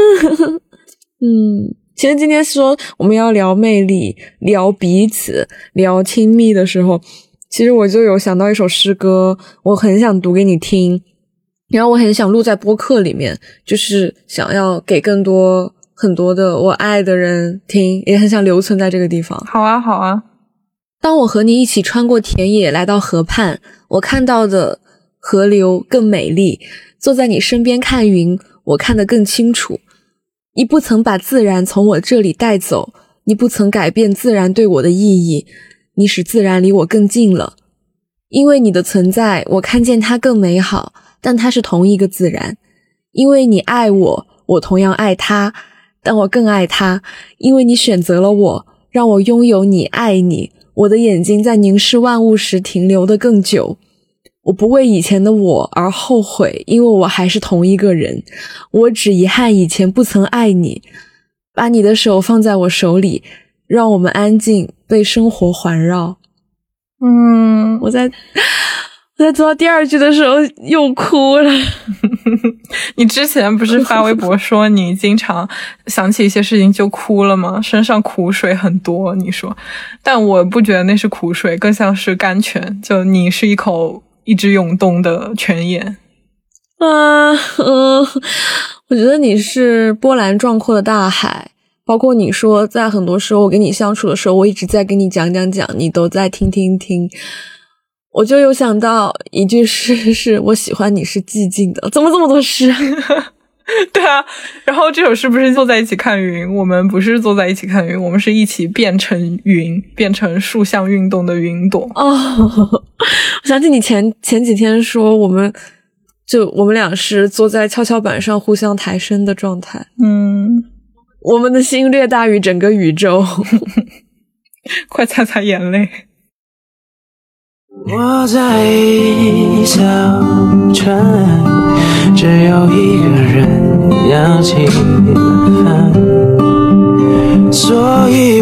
其实今天说我们要聊魅力、聊彼此、聊亲密的时候，其实我就有想到一首诗歌，我很想读给你听，然后我很想录在播客里面，就是想要给很多的我爱的人听，也很想留存在这个地方。
好啊，好啊。
当我和你一起穿过田野来到河畔，我看到的河流更美丽，坐在你身边看云，我看得更清楚。你不曾把自然从我这里带走，你不曾改变自然对我的意义，你使自然离我更近了。因为你的存在，我看见它更美好，但它是同一个自然。因为你爱我，我同样爱它，但我更爱它。因为你选择了我，让我拥有你，爱你，我的眼睛在凝视万物时停留得更久。我不为以前的我而后悔，因为我还是同一个人。我只遗憾以前不曾爱你。把你的手放在我手里，让我们安静，被生活环绕。我在做到第二句的时候又哭了。
你之前不是发微博说你经常想起一些事情就哭了吗？身上苦水很多，你说。但我不觉得那是苦水，更像是甘泉，就你是一口一直涌动的泉眼。
我觉得你是波澜壮阔的大海，包括你说在很多时候我跟你相处的时候，我一直在跟你讲，你都在听。我就有想到一句诗，是我喜欢你是寂静的。怎么这么多诗？
对啊，然后这首诗不是坐在一起看云，我们不是坐在一起看云，我们是一起变成云，变成竖向运动的云朵。
我想起你前几天说我们俩是坐在跷跷板上互相抬升的状态。我们的心略大于整个宇宙。
快擦擦眼泪。
我在一艘船，只有一个人要起了帆，所以